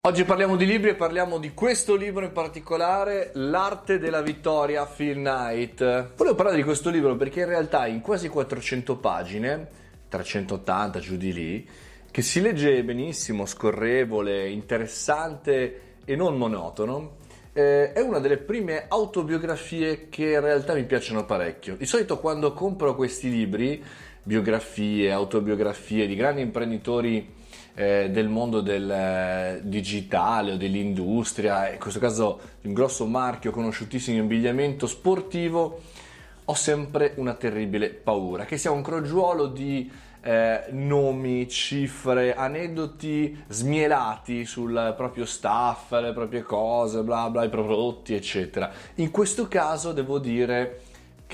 Oggi parliamo di libri e parliamo di questo libro in particolare, L'arte della vittoria, Phil Knight. Volevo parlare di questo libro perché in realtà in quasi 400 pagine, 380 giù di lì, che si legge benissimo, scorrevole, interessante e non monotono, è una delle prime autobiografie che in realtà mi piacciono parecchio. Di solito quando compro questi libri, biografie, autobiografie di grandi imprenditori del mondo del digitale o dell'industria, in questo caso di un grosso marchio conosciutissimo in abbigliamento sportivo, ho sempre una terribile paura che sia un crogiuolo di nomi, cifre, aneddoti smielati sul proprio staff, le proprie cose, bla bla, i prodotti, eccetera. In questo caso devo dire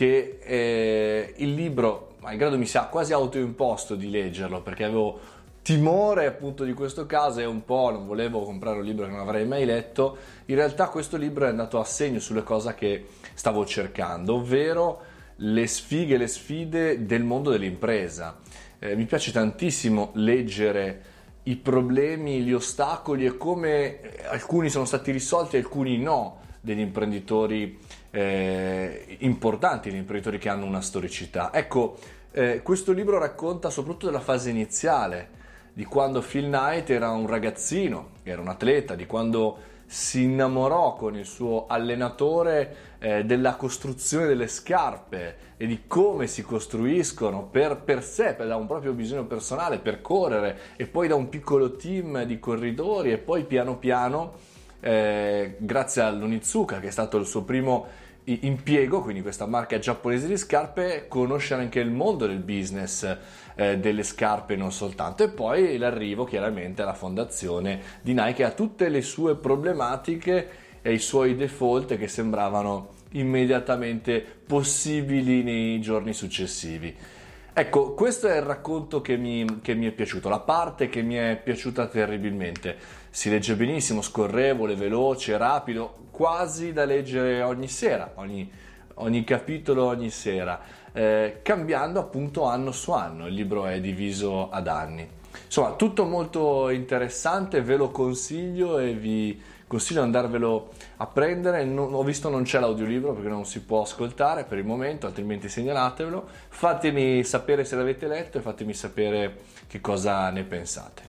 che il libro, malgrado mi sia quasi autoimposto di leggerlo perché avevo timore appunto di questo caso e un po' non volevo comprare un libro che non avrei mai letto, in realtà questo libro è andato a segno sulle cose che stavo cercando, ovvero le sfighe, le sfide del mondo dell'impresa. Mi piace tantissimo leggere i problemi, gli ostacoli e come alcuni sono stati risolti e alcuni no degli imprenditori importanti, gli imprenditori che hanno una storicità. Ecco, questo libro racconta soprattutto della fase iniziale, di quando Phil Knight era un ragazzino, era un atleta, di quando si innamorò con il suo allenatore della costruzione delle scarpe e di come si costruiscono per sé, da un proprio bisogno personale, per correre, e poi da un piccolo team di corridori e poi piano piano, grazie all'Onizuka, che è stato il suo primo impiego, quindi questa marca giapponese di scarpe, conoscere anche il mondo del business delle scarpe, non soltanto, e poi l'arrivo chiaramente alla fondazione di Nike, che ha tutte le sue problematiche e i suoi default che sembravano immediatamente possibili nei giorni successivi. Ecco, questo è il racconto che mi è piaciuto, la parte che mi è piaciuta terribilmente. Si legge benissimo, scorrevole, veloce, rapido, quasi da leggere ogni sera, ogni capitolo ogni sera, cambiando appunto anno su anno. Il libro è diviso ad anni. Insomma, tutto molto interessante, ve lo consiglio e vi consiglio di andarvelo a prendere. Ho visto non c'è l'audiolibro perché non si può ascoltare per il momento, altrimenti segnalatevelo. Fatemi sapere se l'avete letto e fatemi sapere che cosa ne pensate.